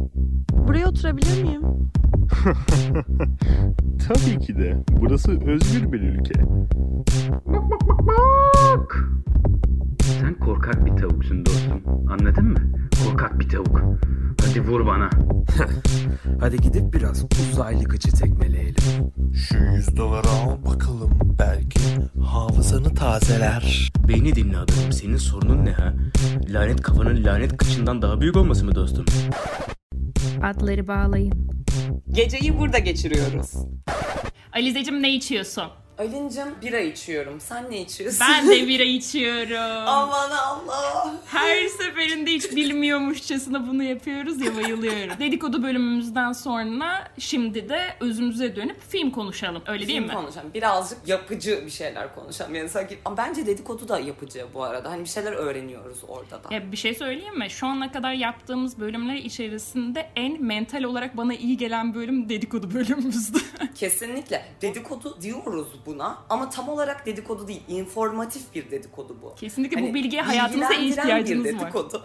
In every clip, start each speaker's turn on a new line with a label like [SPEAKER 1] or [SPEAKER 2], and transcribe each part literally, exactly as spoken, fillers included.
[SPEAKER 1] Buraya oturabilir miyim?
[SPEAKER 2] Tabii ki de. Burası özgür bir ülke.
[SPEAKER 3] Bak bak bak bak. Sen korkak bir tavuksun dostum. Anladın mı? Korkak bir tavuk. Hadi vur bana.
[SPEAKER 4] Hadi gidip biraz uzaylı kıçı tekmeleyelim.
[SPEAKER 5] Şu yüz doları al bakalım. Belki hafızanı tazeler.
[SPEAKER 3] Beni dinle adamım. Senin sorunun ne ha? Lanet kafanın lanet kıçından daha büyük olması mı dostum?
[SPEAKER 1] Atları bağlayın.
[SPEAKER 6] Geceyi burada geçiriyoruz.
[SPEAKER 7] Alizeciğim ne içiyorsun?
[SPEAKER 6] Alincim bira içiyorum. Sen ne içiyorsun?
[SPEAKER 7] Ben de bira içiyorum.
[SPEAKER 6] Aman Allah.
[SPEAKER 7] Her seferinde hiç bilmiyormuşçasına bunu yapıyoruz ya, bayılıyorum. Dedikodu bölümümüzden sonra şimdi de özümüze dönüp film konuşalım. Öyle
[SPEAKER 6] film
[SPEAKER 7] değil mi?
[SPEAKER 6] konuşalım. Birazcık yapıcı bir şeyler konuşalım. Yani sanki ama bence dedikodu da yapıcı bu arada. Hani bir şeyler öğreniyoruz orada da.
[SPEAKER 7] Ya bir şey söyleyeyim mi? Şu ana kadar yaptığımız bölümler içerisinde en mental olarak bana iyi gelen bölüm dedikodu bölümümüzdü.
[SPEAKER 6] Kesinlikle. Dedikodu diyoruz buna ama tam olarak dedikodu değil. İnformatif bir dedikodu bu.
[SPEAKER 7] Kesinlikle
[SPEAKER 6] hani
[SPEAKER 7] bu bilgiye hayatınızda ihtiyacınız
[SPEAKER 6] bir
[SPEAKER 7] var.
[SPEAKER 6] dedikodu.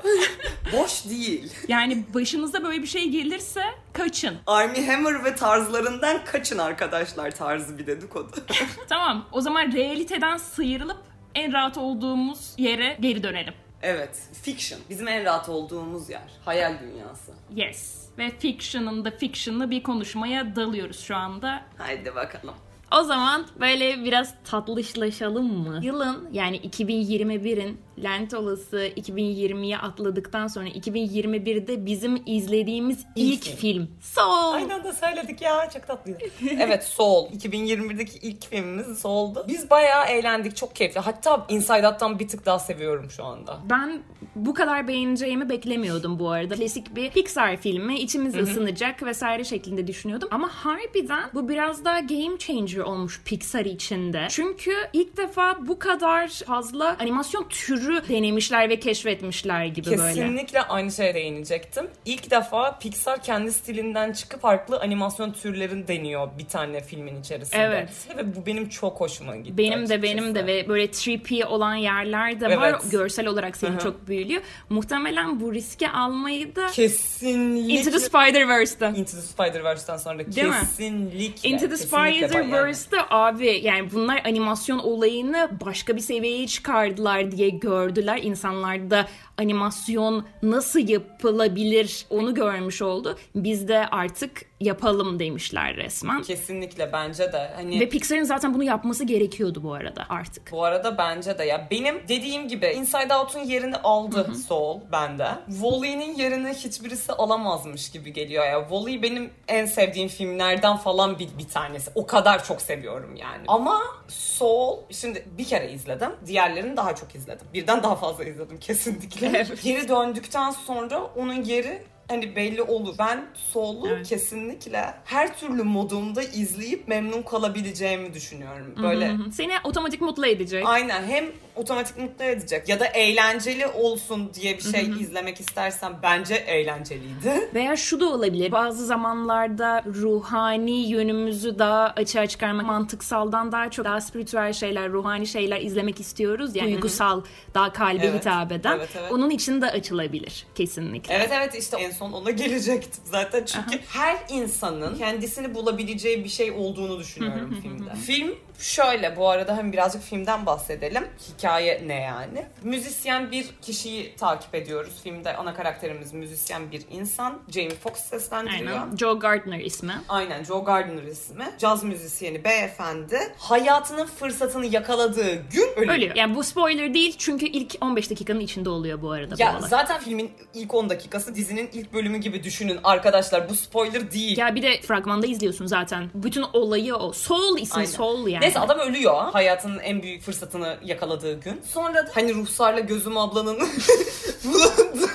[SPEAKER 6] Boş değil.
[SPEAKER 7] Yani başınıza böyle bir şey gelirse kaçın.
[SPEAKER 6] Armie Hammer ve tarzlarından kaçın arkadaşlar, tarzı bir dedikodu.
[SPEAKER 7] Tamam, o zaman realiteden sıyrılıp en rahat olduğumuz yere geri dönelim.
[SPEAKER 6] Evet, fiction. Bizim en rahat olduğumuz yer. Hayal dünyası.
[SPEAKER 7] Yes. Ve fiction'ın da fiction'lı bir konuşmaya dalıyoruz şu anda.
[SPEAKER 6] Haydi bakalım.
[SPEAKER 1] O zaman böyle biraz tatlışlaşalım mı? Yılın yani iki bin yirmi birin lanet olası iki bin yirmiye atladıktan sonra iki bin yirmi birde bizim izlediğimiz ilk, ilk film. Soul.
[SPEAKER 6] Aynı anda söyledik ya, çok tatlıydı. Evet, Soul. iki bin yirmi birdeki ilk filmimiz Soul'du. Biz bayağı eğlendik, çok keyifli. Hatta Inside Out'tan bir tık daha seviyorum şu anda.
[SPEAKER 1] Ben bu kadar beğeneceğimi beklemiyordum bu arada. Klasik bir Pixar filmi, içimiz ısınacak vesaire şeklinde düşünüyordum. Ama harbiden bu biraz daha game changer olmuş Pixar içinde. Çünkü ilk defa bu kadar fazla animasyon türü denemişler ve keşfetmişler gibi.
[SPEAKER 6] Kesinlikle
[SPEAKER 1] böyle.
[SPEAKER 6] Kesinlikle aynı şeye değinecektim. İlk defa Pixar kendi stilinden çıkıp farklı animasyon türlerini deniyor bir tane filmin içerisinde.
[SPEAKER 1] Evet.
[SPEAKER 6] Ve bu benim çok hoşuma gitti.
[SPEAKER 1] Benim
[SPEAKER 6] açıkçası.
[SPEAKER 1] de benim de ve böyle trippy olan yerler de var.
[SPEAKER 6] Evet.
[SPEAKER 1] Görsel olarak seni
[SPEAKER 6] Hı-hı.
[SPEAKER 1] çok büyülüyor. Muhtemelen bu riski almayı da
[SPEAKER 6] kesinlikle
[SPEAKER 1] Into the Spider-Verse'da.
[SPEAKER 6] Into the Spider-Verse'den sonra
[SPEAKER 1] değil
[SPEAKER 6] kesinlikle.
[SPEAKER 1] Mi? Into the Spider-Verse'da yani. Abi yani bunlar animasyon olayını başka bir seviyeye çıkardılar diye gördüler. İnsanlar da animasyon nasıl yapılabilir onu görmüş oldu. Biz de artık yapalım demişler resmen.
[SPEAKER 6] Kesinlikle bence de. Hani...
[SPEAKER 1] Ve Pixar'ın zaten bunu yapması gerekiyordu bu arada artık.
[SPEAKER 6] Bu arada bence de ya benim dediğim gibi Inside Out'un yerini aldı Hı-hı. Soul bende. Wall-E'nin yerini hiçbirisi alamazmış gibi geliyor ya. Wall-E benim en sevdiğim filmlerden falan bir, bir tanesi. O kadar çok seviyorum yani. Ama Soul şimdi bir kere izledim. Diğerlerini daha çok izledim. Birden daha fazla izledim kesinlikle. Evet. Geri döndükten sonra onun yeri hani belli olur. Ben Soul'u evet. kesinlikle her türlü modumda izleyip memnun kalabileceğimi düşünüyorum. Böyle
[SPEAKER 1] Hı-hı. Seni otomatik mutlu edecek.
[SPEAKER 6] Aynen, hem otomatik mutlu edecek ya da eğlenceli olsun diye bir şey Hı-hı. izlemek istersen bence eğlenceliydi.
[SPEAKER 1] Veya şu da olabilir. Bazı zamanlarda ruhani yönümüzü daha açığa çıkarmak, mantıksaldan daha çok daha spiritüel şeyler, ruhani şeyler izlemek istiyoruz. Yani duygusal, daha kalbe evet. hitap eden. Evet, evet. Onun için de açılabilir kesinlikle.
[SPEAKER 6] Evet evet işte en son ona gelecektim zaten. Çünkü Aha. her insanın kendisini bulabileceği bir şey olduğunu düşünüyorum filmde. Film şöyle, bu arada hem birazcık filmden bahsedelim. Hikaye ne yani? Müzisyen bir kişiyi takip ediyoruz. Filmde ana karakterimiz müzisyen bir insan. Jamie Foxx seslendiriyor.
[SPEAKER 1] Aynen. Joe Gardner ismi.
[SPEAKER 6] Aynen, Joe Gardner ismi. Caz müzisyeni beyefendi. Hayatının fırsatını yakaladığı gün ölüyor.
[SPEAKER 1] Ölüyor. Yani bu spoiler değil çünkü ilk on beş dakikanın içinde oluyor bu arada.
[SPEAKER 6] Ya
[SPEAKER 1] bu
[SPEAKER 6] zaten filmin ilk on dakikası dizinin ilk bölümü gibi düşünün arkadaşlar. Bu spoiler değil.
[SPEAKER 1] Ya bir de fragmanda izliyorsun zaten. Bütün olayı o. Soul ismi Aynen. Soul yani.
[SPEAKER 6] Neyse adam ölüyor. Hayatının en büyük fırsatını yakaladığı gün. Sonra da hani Ruhsar'la Gözüm ablanın bulunduğu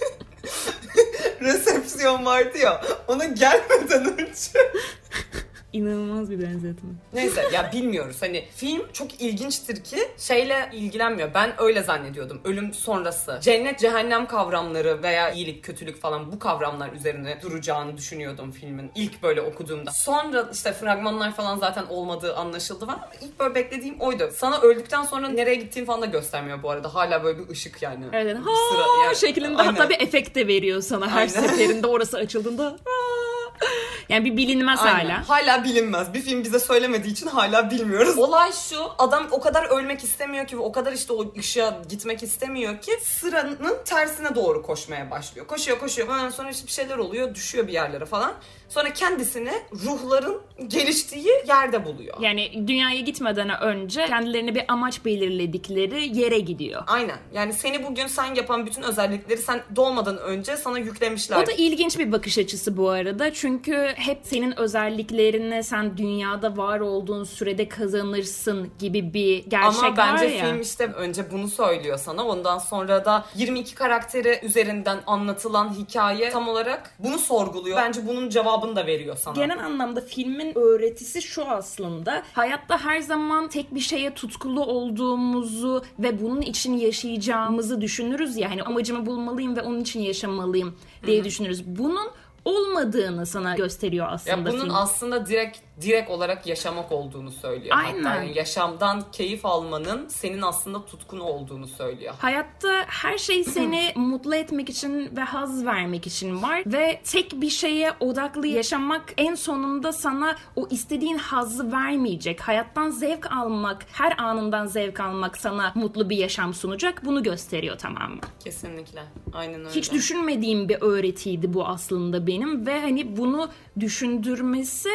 [SPEAKER 6] resepsiyon vardı ya. Ona gelmeden önce
[SPEAKER 1] İnanılmaz bir benzetme.
[SPEAKER 6] Neyse ya bilmiyoruz. Hani film çok ilginçtir ki şeyle ilgilenmiyor. Ben öyle zannediyordum. Ölüm sonrası. Cennet cehennem kavramları veya iyilik kötülük falan bu kavramlar üzerine duracağını düşünüyordum filmin. İlk böyle okuduğumda. Sonra işte fragmanlar falan zaten olmadığı anlaşıldı falan. İlk böyle beklediğim oydu. Sana öldükten sonra nereye gittiğini falan da göstermiyor bu arada. Hala böyle bir ışık yani.
[SPEAKER 1] Evet.
[SPEAKER 6] Bir sıra yani.
[SPEAKER 1] Şeklinde
[SPEAKER 6] Aynen.
[SPEAKER 1] hatta bir efekt de veriyor sana her
[SPEAKER 6] Aynen.
[SPEAKER 1] seferinde orası açıldığında. Yani bir bilinmez
[SPEAKER 6] Aynen.
[SPEAKER 1] hala.
[SPEAKER 6] Hala bilinmez. Bir film bize söylemediği için hala bilmiyoruz. Olay şu. Adam o kadar ölmek istemiyor ki ve o kadar işte o ışığa gitmek istemiyor ki sıranın tersine doğru koşmaya başlıyor. Koşuyor koşuyor. Ondan sonra işte bir şeyler oluyor. Düşüyor bir yerlere falan. Sonra kendisini ruhların geliştiği yerde buluyor.
[SPEAKER 1] Yani dünyaya gitmeden önce kendilerine bir amaç belirledikleri yere gidiyor.
[SPEAKER 6] Aynen. Yani seni bugün sen yapan bütün özellikleri sen doğmadan önce sana yüklemişler.
[SPEAKER 1] O da ilginç bir bakış açısı bu arada. Çünkü hep senin özelliklerini sen dünyada var olduğun sürede kazanırsın gibi bir gerçek
[SPEAKER 6] Ama bence
[SPEAKER 1] var ya.
[SPEAKER 6] film işte önce bunu söylüyor sana. Ondan sonra da yirmi iki karakteri üzerinden anlatılan hikaye tam olarak bunu sorguluyor. Bence bunun cevabını da veriyor sana.
[SPEAKER 1] Genel anlamda filmin öğretisi şu aslında. Hayatta her zaman tek bir şeye tutkulu olduğumuzu ve bunun için yaşayacağımızı düşünürüz ya. Hani amacımı bulmalıyım ve onun için yaşamalıyım diye Hı-hı. düşünürüz. Bunun olmadığını sana gösteriyor aslında
[SPEAKER 6] ya bunun
[SPEAKER 1] film.
[SPEAKER 6] aslında direkt direkt olarak yaşamak olduğunu söylüyor.
[SPEAKER 1] Aynen.
[SPEAKER 6] Hatta yani yaşamdan keyif almanın senin aslında tutkun olduğunu söylüyor.
[SPEAKER 1] Hayatta her şey seni mutlu etmek için ve haz vermek için var ve tek bir şeye odaklı yaşamak en sonunda sana o istediğin hazzı vermeyecek. Hayattan zevk almak, her anından zevk almak sana mutlu bir yaşam sunacak. Bunu gösteriyor tamamen.
[SPEAKER 6] Kesinlikle. Aynen öyle.
[SPEAKER 1] Hiç düşünmediğim bir öğretiydi bu aslında benim ve hani bunu düşündürmesi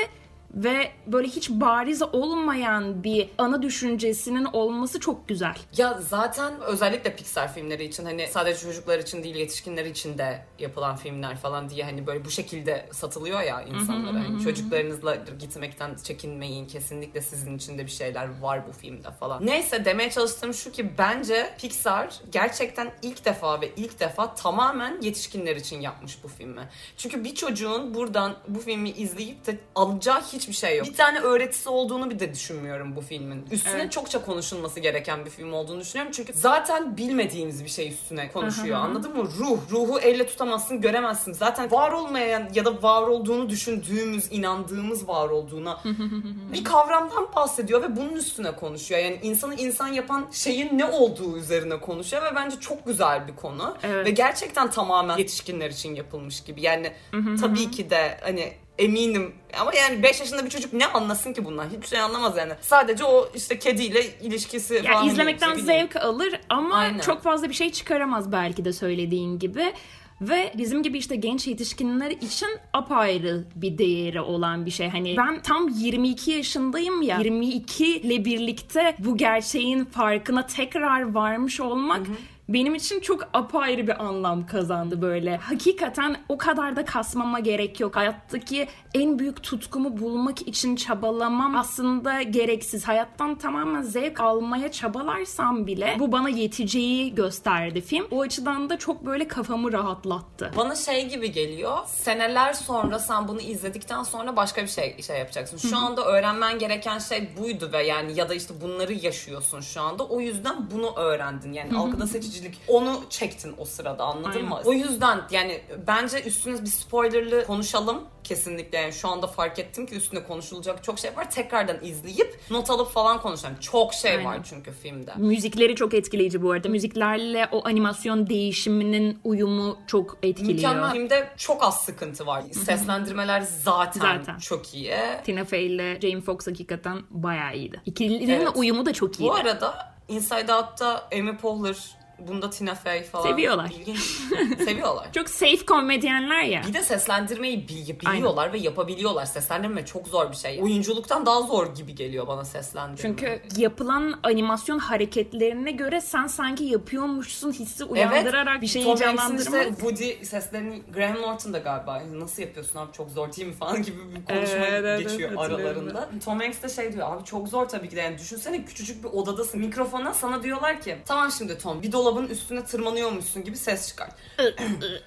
[SPEAKER 1] ve böyle hiç bariz olmayan bir ana düşüncesinin olması çok güzel.
[SPEAKER 6] Ya zaten özellikle Pixar filmleri için hani sadece çocuklar için değil yetişkinler için de yapılan filmler falan diye hani böyle bu şekilde satılıyor ya insanlara. Hani çocuklarınızla gitmekten çekinmeyin. Kesinlikle sizin için de bir şeyler var bu filmde falan. Neyse demeye çalıştığım şu ki bence Pixar gerçekten ilk defa ve ilk defa tamamen yetişkinler için yapmış bu filmi. Çünkü bir çocuğun buradan bu filmi izleyip de alacağı hiç hiçbir şey yok. Bir tane öğretisi olduğunu bir de düşünmüyorum bu filmin. Üstüne evet. çokça konuşulması gereken bir film olduğunu düşünüyorum. Çünkü zaten bilmediğimiz bir şey üstüne konuşuyor. Aha. Anladın mı? Ruh. Ruhu elle tutamazsın, göremezsin. Zaten var olmayan ya da var olduğunu düşündüğümüz, inandığımız var olduğuna bir kavramdan bahsediyor ve bunun üstüne konuşuyor. Yani insanı insan yapan şeyin ne olduğu üzerine konuşuyor ve bence çok güzel bir konu. Evet. Ve gerçekten tamamen yetişkinler için yapılmış gibi. Yani tabii ki de hani eminim ama yani beş yaşında bir çocuk ne anlasın ki bundan? Hiçbir şey anlamaz yani. Sadece o işte kediyle ilişkisi
[SPEAKER 1] ya
[SPEAKER 6] falan.
[SPEAKER 1] İzlemekten
[SPEAKER 6] işte,
[SPEAKER 1] zevk alır ama
[SPEAKER 6] Aynen.
[SPEAKER 1] çok fazla bir şey çıkaramaz belki de söylediğin gibi. Ve bizim gibi işte genç yetişkinler için apayrı bir değeri olan bir şey. Hani ben tam yirmi iki yaşındayım ya. yirmi iki ile birlikte bu gerçeğin farkına tekrar varmış olmak... Hı hı. Benim için çok apayrı bir anlam kazandı böyle. Hakikaten o kadar da kasmama gerek yok. Hayattaki en büyük tutkumu bulmak için çabalamam aslında gereksiz. Hayattan tamamen zevk almaya çabalarsam bile bu bana yeteceği gösterdi film. O açıdan da çok böyle kafamı rahatlattı.
[SPEAKER 6] Bana şey gibi geliyor. Seneler sonra sen bunu izledikten sonra başka bir şey şey yapacaksın. Şu anda öğrenmen gereken şey buydu ve yani ya da işte bunları yaşıyorsun şu anda. O yüzden bunu öğrendin. Yani algıda seçici onu çektin o sırada, anladın Aynen. mı? O yüzden yani bence üstüne bir spoilerlı konuşalım. Kesinlikle yani şu anda fark ettim ki üstüne konuşulacak çok şey var. Tekrardan izleyip not alıp falan konuşalım. Çok şey Aynen. var çünkü filmde.
[SPEAKER 1] Müzikleri çok etkileyici bu arada. Müziklerle o animasyon değişiminin uyumu çok etkiliyor.
[SPEAKER 6] Mükemmel. Filmde çok az sıkıntı var. Seslendirmeler zaten, zaten. çok iyi.
[SPEAKER 1] Tina Fey ile Jamie Foxx hakikaten bayağı iyiydi. İkililerinin evet. uyumu da çok iyiydi.
[SPEAKER 6] Bu arada Inside Out'ta Amy Poehler, bunda Tina Fey falan.
[SPEAKER 1] Seviyorlar.
[SPEAKER 6] İlginç. Seviyorlar.
[SPEAKER 1] Çok safe komedyenler ya.
[SPEAKER 6] Bir de seslendirmeyi biliyorlar Aynen. ve yapabiliyorlar. Seslendirme çok zor bir şey. Oyunculuktan daha zor gibi geliyor bana seslendirme.
[SPEAKER 1] Çünkü yapılan animasyon hareketlerine göre sen sanki yapıyormuşsun hissi uyandırarak evet. bir şeyi canlandırmaz.
[SPEAKER 6] Tom Hanks'in işte Woody seslerini Graham Norton da galiba nasıl yapıyorsun abi çok zor değil mi falan gibi bir konuşma evet, geçiyor evet, aralarında. Tom Hanks de şey diyor abi çok zor tabii ki de yani düşünsene küçücük bir odadasın. Mikrofona sana diyorlar ki tamam şimdi Tom bir dolabın üstüne tırmanıyormuşsun gibi ses çıkar.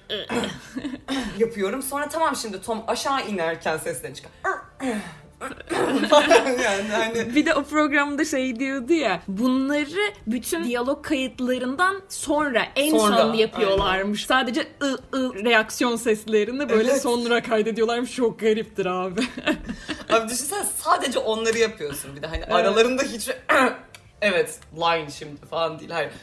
[SPEAKER 6] Yapıyorum. Sonra tamam şimdi Tom aşağı inerken sesleri çıkar. yani hani.
[SPEAKER 1] Bir de o programda şey diyordu ya, bunları bütün diyalog kayıtlarından sonra en
[SPEAKER 6] Sonra,
[SPEAKER 1] son yapıyorlarmış. Aynen. Sadece ı ı reaksiyon seslerini böyle evet. sonra kaydediyorlarmış. Çok gariptir abi.
[SPEAKER 6] Abi düşünsene sadece onları yapıyorsun bir de hani evet. aralarında hiç evet line şimdi falan değil, hayır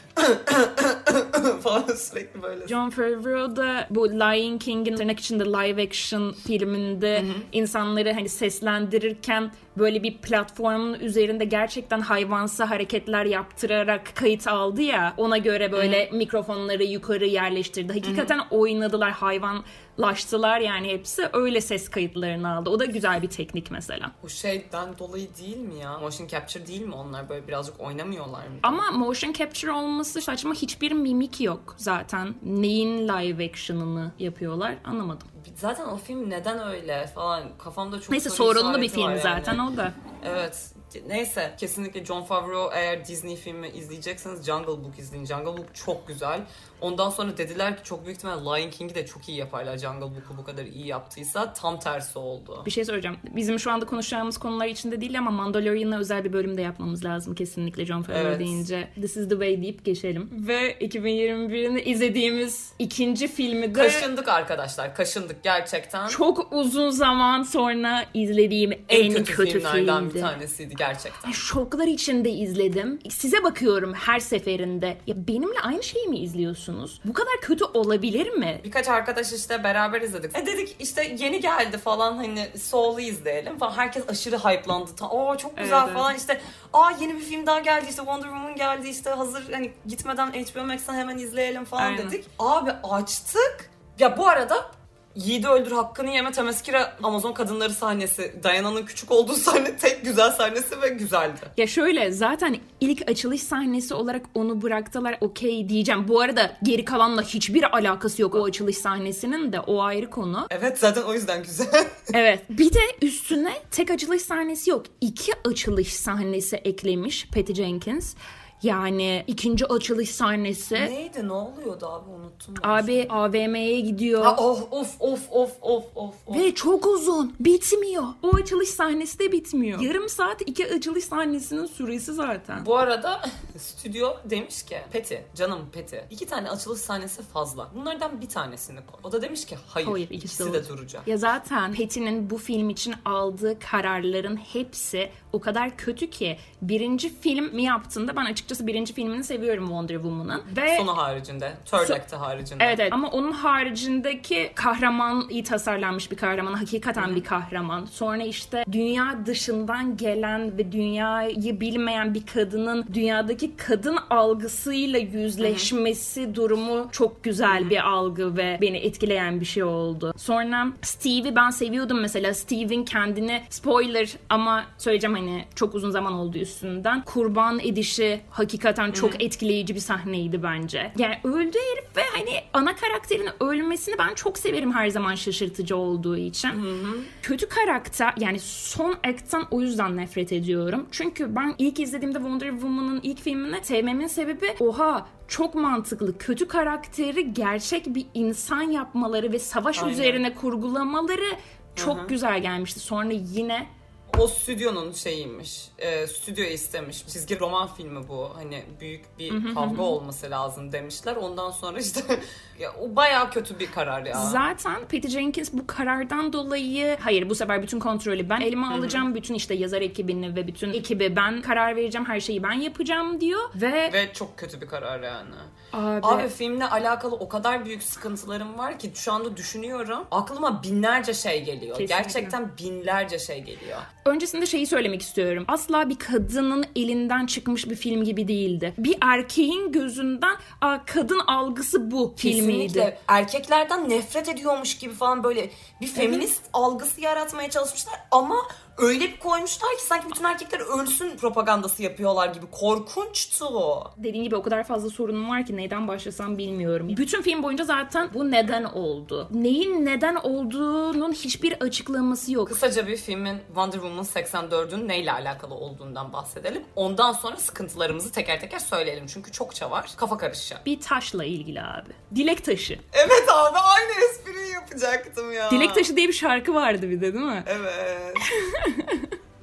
[SPEAKER 6] falan sürekli böyle.
[SPEAKER 1] Jon Favreau da bu Lion King'in tırnak içinde live action filminde hı hı. insanları hani seslendirirken böyle bir platformun üzerinde gerçekten hayvansı hareketler yaptırarak kayıt aldı ya, ona göre böyle hı. mikrofonları yukarı yerleştirdi. Hakikaten hı hı. oynadılar, hayvanlaştılar yani hepsi, öyle ses kayıtlarını aldı. O da güzel bir teknik mesela.
[SPEAKER 6] Bu şeyden dolayı değil mi ya? Motion capture değil mi onlar, böyle birazcık oynamıyorlar mı?
[SPEAKER 1] Ama motion capture olması saçma, hiçbir mimik yok zaten. Neyin live action'ını yapıyorlar anlamadım.
[SPEAKER 6] Zaten o film neden öyle falan kafamda çok
[SPEAKER 1] neyse sorunlu bir film zaten yani. O da.
[SPEAKER 6] Evet. Neyse kesinlikle Jon Favreau, eğer Disney filmi izleyecekseniz Jungle Book izleyin. Jungle Book çok güzel. Ondan sonra dediler ki çok büyük ihtimalle Lion King'i de çok iyi yaparlar. Jungle Book'u bu kadar iyi yaptıysa tam tersi oldu.
[SPEAKER 1] Bir şey söyleyeceğim. Bizim şu anda konuşacağımız konular içinde değil ama Mandalorian'a özel bir bölüm de yapmamız lazım kesinlikle Jon Favreau evet. deyince. This is the way deyip geçelim. Ve iki bin yirmi birini izlediğimiz ikinci filmi de...
[SPEAKER 6] Kaşındık arkadaşlar. Kaşındık gerçekten.
[SPEAKER 1] Çok uzun zaman sonra izlediğim en, en kötü, kötü
[SPEAKER 6] filmlerden
[SPEAKER 1] filmdi.
[SPEAKER 6] bir tanesiydi gerçekten.
[SPEAKER 1] Şoklar içinde izledim. Size bakıyorum her seferinde. Ya benimle aynı şeyi mi izliyorsun? Bu kadar kötü olabilir mi?
[SPEAKER 6] Birkaç arkadaş işte beraber izledik. E dedik işte yeni geldi falan, hani Soul'u izleyelim falan. Herkes aşırı hype'landı. Aa çok güzel evet, falan evet. işte. Aa yeni bir film daha geldi işte, Wonder Woman geldi işte, hazır hani gitmeden H B O Max'ten hemen izleyelim falan aynen. dedik. Abi açtık. Ya bu arada Yiğidi öldür hakkını yeme Temeskira Amazon kadınları sahnesi. Diana'nın küçük olduğu sahne tek güzel sahnesi ve güzeldi.
[SPEAKER 1] Ya şöyle zaten ilk açılış sahnesi olarak onu bıraktılar, okey diyeceğim. Bu arada geri kalanla hiçbir alakası yok o açılış sahnesinin de, o ayrı konu.
[SPEAKER 6] Evet zaten o yüzden güzel.
[SPEAKER 1] Evet bir de üstüne tek açılış sahnesi yok. İki açılış sahnesi eklemiş Patty Jenkins. Yani ikinci açılış sahnesi.
[SPEAKER 6] Neydi? Ne oluyordu abi? Unuttum.
[SPEAKER 1] Abi A V M'ye gidiyor.
[SPEAKER 6] Ha, of of of of of of.
[SPEAKER 1] Ve çok uzun. Bitmiyor. O açılış sahnesi de bitmiyor. Yarım saat iki açılış sahnesinin süresi zaten.
[SPEAKER 6] Bu arada stüdyo demiş ki Patty, canım Patty, iki tane açılış sahnesi fazla. Bunlardan bir tanesini koy. O da demiş ki hayır, hayır ikisi, ikisi de duracak.
[SPEAKER 1] Ya zaten Patty'nin bu film için aldığı kararların hepsi o kadar kötü ki birinci film mi yaptığında ben açıkçası birinci filmini seviyorum Wonder Woman'ın. Ve
[SPEAKER 6] sonu haricinde. Third so, Act'ı haricinde.
[SPEAKER 1] Evet evet ama onun haricindeki kahraman iyi tasarlanmış bir kahraman. Hakikaten Hı-hı. bir kahraman. Sonra işte dünya dışından gelen ve dünyayı bilmeyen bir kadının dünyadaki kadın algısıyla yüzleşmesi Hı-hı. durumu çok güzel Hı-hı. bir algı ve beni etkileyen bir şey oldu. Sonra Steve'i ben seviyordum mesela. Steve'in kendini, spoiler ama söyleyeceğim hani çok uzun zaman oldu üstünden, kurban edişi hakikaten çok hmm. etkileyici bir sahneydi bence. Yani öldü herif ve hani ana karakterin ölmesini ben çok severim her zaman, şaşırtıcı olduğu için. Hmm. Kötü karakter, yani son act'tan o yüzden nefret ediyorum. Çünkü ben ilk izlediğimde Wonder Woman'ın ilk filmini sevmemin sebebi oha çok mantıklı. Kötü karakteri gerçek bir insan yapmaları ve savaş Aynen. üzerine kurgulamaları çok Hı-hı. güzel gelmişti. Sonra yine
[SPEAKER 6] o stüdyonun şeyiymiş. E, stüdyo istemiş. Çizgi roman filmi bu. Hani büyük bir hı hı kavga hı. olması lazım demişler. Ondan sonra işte ya, o bayağı kötü bir karar ya.
[SPEAKER 1] Zaten Patty Jenkins bu karardan dolayı hayır bu sefer bütün kontrolü ben elime hı hı. alacağım. Bütün işte yazar ekibini ve bütün ekibi ben karar vereceğim. Her şeyi ben yapacağım diyor. Ve
[SPEAKER 6] ve çok kötü bir karar yani.
[SPEAKER 1] Abi.
[SPEAKER 6] Abi filmle alakalı o kadar büyük sıkıntılarım var ki şu anda düşünüyorum. Aklıma binlerce şey geliyor. Kesinlikle. Gerçekten binlerce şey geliyor.
[SPEAKER 1] Öncesinde şeyi söylemek istiyorum. Asla bir kadının elinden çıkmış bir film gibi değildi. Bir erkeğin gözünden kadın algısı bu filmiydi.
[SPEAKER 6] Kesinlikle. Erkeklerden nefret ediyormuş gibi falan böyle bir feminist evet. algısı yaratmaya çalışmışlar ama öyle bir koymuşlar ki sanki bütün erkekler ölsün propagandası yapıyorlar gibi. Korkunçtu o.
[SPEAKER 1] Dediğin gibi o kadar fazla sorunum var ki neyden başlasam bilmiyorum. Bütün film boyunca zaten bu neden oldu? Neyin neden olduğunun hiçbir açıklaması yok.
[SPEAKER 6] Kısaca bir filmin Wonder Woman seksen dördün neyle alakalı olduğundan bahsedelim. Ondan sonra sıkıntılarımızı teker teker söyleyelim. Çünkü çokça var. Kafa karışacak.
[SPEAKER 1] Bir taşla ilgili abi. Dilek taşı.
[SPEAKER 6] Evet abi aynı espriyi yapacaktım ya.
[SPEAKER 1] Dilek taşı diye bir şarkı vardı bir de değil mi?
[SPEAKER 6] Evet.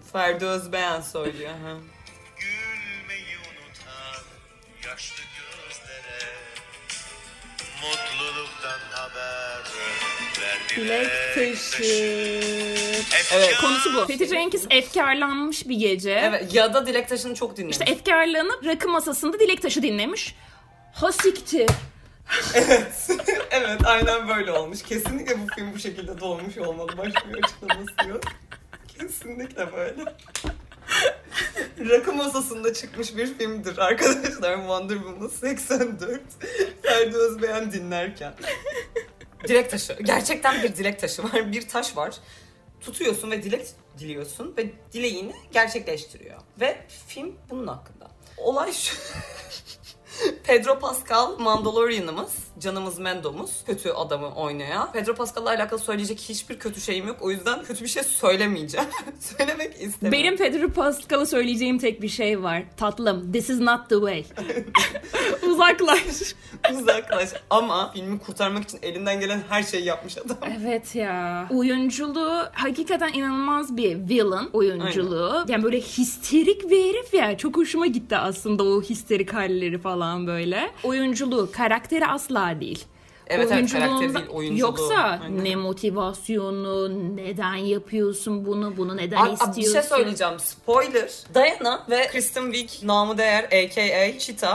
[SPEAKER 6] Ferdi Özbeğen söylüyor. Ha.
[SPEAKER 8] Gülmeyi unutan yaşlı gözlere mutluluktan haber ver
[SPEAKER 1] Dilek taşı.
[SPEAKER 6] Evet.
[SPEAKER 1] Konusu bu. Fethi Cengiz efkarlanmış bir gece.
[SPEAKER 6] Evet, ya da Dilek Taşı'nı çok dinlemiş.
[SPEAKER 1] İşte efkarlanıp rakı masasında Dilek Taşı dinlemiş. Ha siktir.
[SPEAKER 6] Evet. Evet, aynen böyle olmuş. Kesinlikle bu film bu şekilde doğmuş olmalı. Başka bir açıklaması yok. Kesinlikle böyle. Rakı masasında çıkmış bir filmdir arkadaşlar. Wonder Woman seksen dört. Ferdi Özbeğen dinlerken. Dilek taşı. Gerçekten bir dilek taşı var. Bir taş var. Tutuyorsun ve dilek diliyorsun ve dileğini gerçekleştiriyor. Ve film bunun hakkında. Olay şu. Pedro Pascal Mandalorian'ımız, canımız Mendo'muz, kötü adamı oynayan. Pedro Pascal'la alakalı söyleyecek hiçbir kötü şeyim yok. O yüzden kötü bir şey söylemeyeceğim. Söylemek istemiyorum.
[SPEAKER 1] Benim Pedro Pascal'a söyleyeceğim tek bir şey var. Tatlım, this is not the way. Uzaklaş.
[SPEAKER 6] Uzaklaş. Ama filmi kurtarmak için elinden gelen her şeyi yapmış adam.
[SPEAKER 1] Evet ya. Oyunculuğu hakikaten inanılmaz bir villain oyunculuğu. Aynen. Yani böyle histerik bir herif ya. Çok hoşuma gitti aslında o histerik halleri falan böyle. Oyunculuğu, karakteri asla değil.
[SPEAKER 6] Evet, evet, karakteri değil, oyunculuğu.
[SPEAKER 1] Yoksa aynen. Ne motivasyonu, neden yapıyorsun bunu, bunu neden
[SPEAKER 6] Abi,
[SPEAKER 1] istiyorsun?
[SPEAKER 6] Bir şey söyleyeceğim, spoiler. Diana ve Kristen Wiig, namı değer A K A Cheetah.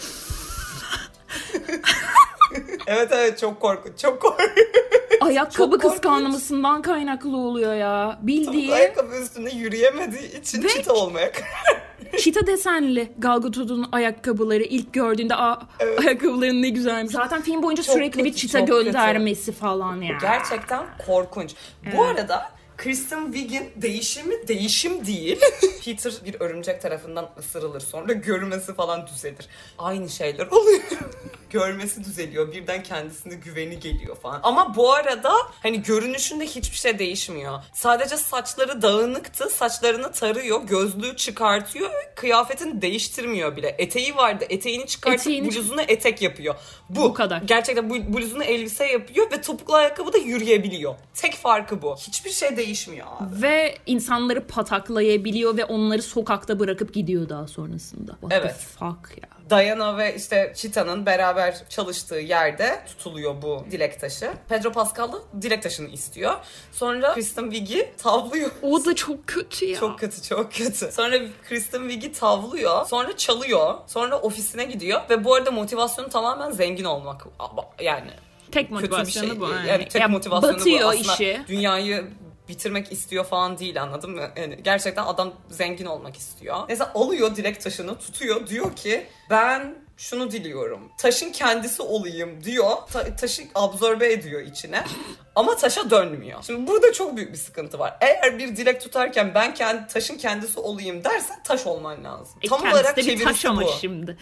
[SPEAKER 6] Evet evet, çok korkunç, çok korkunç.
[SPEAKER 1] Ayakkabı kıskanmasından kaynaklı oluyor ya. Bildiğin.
[SPEAKER 6] Topuk ayakkabı üstünde yürüyemediği için
[SPEAKER 1] ve Cheetah
[SPEAKER 6] olmaya karar.
[SPEAKER 1] Cheetah desenli Gal Gadot'un ayakkabıları ilk gördüğünde a evet. ayakkabıların ne güzelmiş. Zaten film boyunca çok sürekli kötü, bir Cheetah göndermesi kötü. Falan ya.
[SPEAKER 6] Gerçekten korkunç. Evet. Bu arada Kristen Wiig'in değişimi değişim değil. Peter bir örümcek tarafından ısırılır. Sonra görmesi falan düzelir. Aynı şeyler oluyor. Görmesi düzeliyor. Birden kendisine güveni geliyor falan. Ama bu arada hani görünüşünde hiçbir şey değişmiyor. Sadece saçları dağınıktı. Saçlarını tarıyor. Gözlüğü çıkartıyor. Kıyafetini değiştirmiyor bile. Eteği vardı. Eteğini çıkartıp Eteğini... bluzunu etek yapıyor. Bu. Bu kadar. Gerçekten bu bluzunu elbise yapıyor ve topuklu ayakkabı da yürüyebiliyor. Tek farkı bu. Hiçbir şey değişmiyor abi.
[SPEAKER 1] Ve insanları pataklayabiliyor ve onları sokakta bırakıp gidiyor daha sonrasında. What
[SPEAKER 6] evet.
[SPEAKER 1] the fuck ya.
[SPEAKER 6] Diana ve işte Cheetah'nın beraber çalıştığı yerde tutuluyor bu dilek taşı. Pedro Pascal'ı dilek taşını istiyor. Sonra Kristen Wiig'i tavlıyor.
[SPEAKER 1] O da çok kötü ya.
[SPEAKER 6] Çok kötü, çok kötü. Sonra Kristen Wiig'i tavlıyor. Sonra çalıyor. Sonra ofisine gidiyor. Ve bu arada motivasyonu tamamen zengin olmak. Yani
[SPEAKER 1] tek motivasyonu
[SPEAKER 6] şey.
[SPEAKER 1] bu. Yani,
[SPEAKER 6] yani tek
[SPEAKER 1] ya
[SPEAKER 6] motivasyonu
[SPEAKER 1] batıyor
[SPEAKER 6] bu. Aslında
[SPEAKER 1] işi.
[SPEAKER 6] Dünyayı bitirmek istiyor falan değil, anladın mı? Yani gerçekten adam zengin olmak istiyor. Mesela alıyor dilek taşını, tutuyor, diyor ki ben şunu diliyorum. Taşın kendisi olayım diyor. Ta- taşı absorbe ediyor içine. Ama taşa dönmüyor. Şimdi burada çok büyük bir sıkıntı var. Eğer bir dilek tutarken ben kendi taşın kendisi olayım dersen taş olman lazım.
[SPEAKER 1] E,
[SPEAKER 6] tam olarak
[SPEAKER 1] bir
[SPEAKER 6] çevirisi
[SPEAKER 1] taş ama
[SPEAKER 6] bu.
[SPEAKER 1] Şimdi.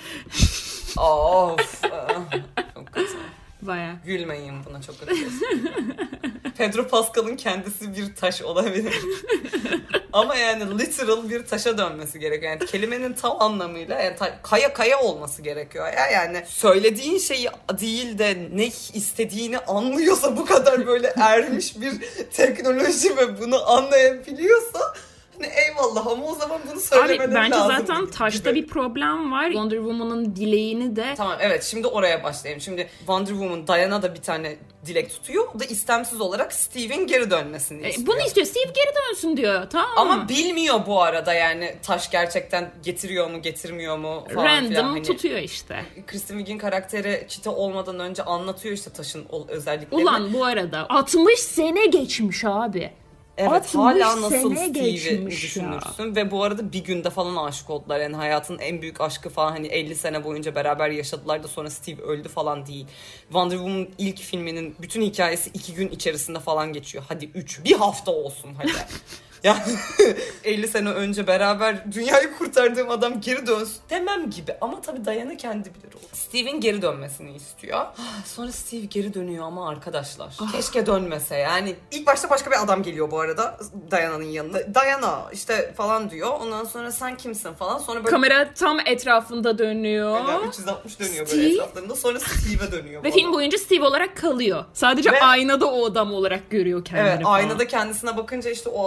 [SPEAKER 6] Of. Çok kötü.
[SPEAKER 1] Bayağı.
[SPEAKER 6] Gülmeyin buna, çok kötü. Pedro Pascal'ın kendisi bir taş olabilir. Ama yani literal bir taşa dönmesi gerekiyor. Yani kelimenin tam anlamıyla yani ta- kaya kaya olması gerekiyor. Ya yani söylediğin şeyi değil de ne istediğini anlıyorsa, bu kadar böyle ermiş bir teknoloji ve bunu anlayabiliyorsa eyvallah, ama o zaman bunu söylemeleri
[SPEAKER 1] bence
[SPEAKER 6] lazım.
[SPEAKER 1] Bence zaten taşta gibi bir problem var. Wonder Woman'ın dileğini de...
[SPEAKER 6] Tamam, evet, şimdi oraya başlayayım. Şimdi Wonder Woman, Diana da bir tane dilek tutuyor. O da istemsiz olarak Steve'in geri dönmesini istiyor.
[SPEAKER 1] E, bunu istiyor. Steve geri dönsün diyor. Tamam.
[SPEAKER 6] Ama bilmiyor bu arada yani taş gerçekten getiriyor mu getirmiyor mu falan
[SPEAKER 1] Random
[SPEAKER 6] filan. Hani
[SPEAKER 1] tutuyor işte.
[SPEAKER 6] Kristen Wiig'in karakteri Cheetah olmadan önce anlatıyor işte taşın özelliklerini.
[SPEAKER 1] Ulan bu arada altmış sene geçmiş abi.
[SPEAKER 6] Evet, hala nasıl Steve'i düşünürsün ya. Ve bu arada bir günde falan aşık oldular. Yani hayatın en büyük aşkı falan, hani elli sene boyunca beraber yaşadılar da sonra Steve öldü falan değil. Wonder Woman ilk filminin bütün hikayesi iki gün içerisinde falan geçiyor. Hadi üç. Bir hafta olsun hadi. Yani elli sene önce beraber dünyayı kurtardığım adam geri dönsün demem gibi. Ama tabii Diana kendi bilir o. Steve'in geri dönmesini istiyor. Sonra Steve geri dönüyor ama arkadaşlar. Keşke dönmese yani. İlk başta başka bir adam geliyor bu arada Diana'nın yanına. Diana işte falan diyor. Ondan sonra sen kimsin falan. Sonra böyle...
[SPEAKER 1] Kamera tam etrafında dönüyor.
[SPEAKER 6] Yani üç yüz altmış dönüyor Steve. Böyle etraflarında. Sonra Steve'e dönüyor.
[SPEAKER 1] Ve film adam. boyunca Steve olarak kalıyor. Sadece Ve... aynada o adam olarak görüyor kendini
[SPEAKER 6] Evet, falan. Aynada kendisine bakınca işte o adamı görüyor.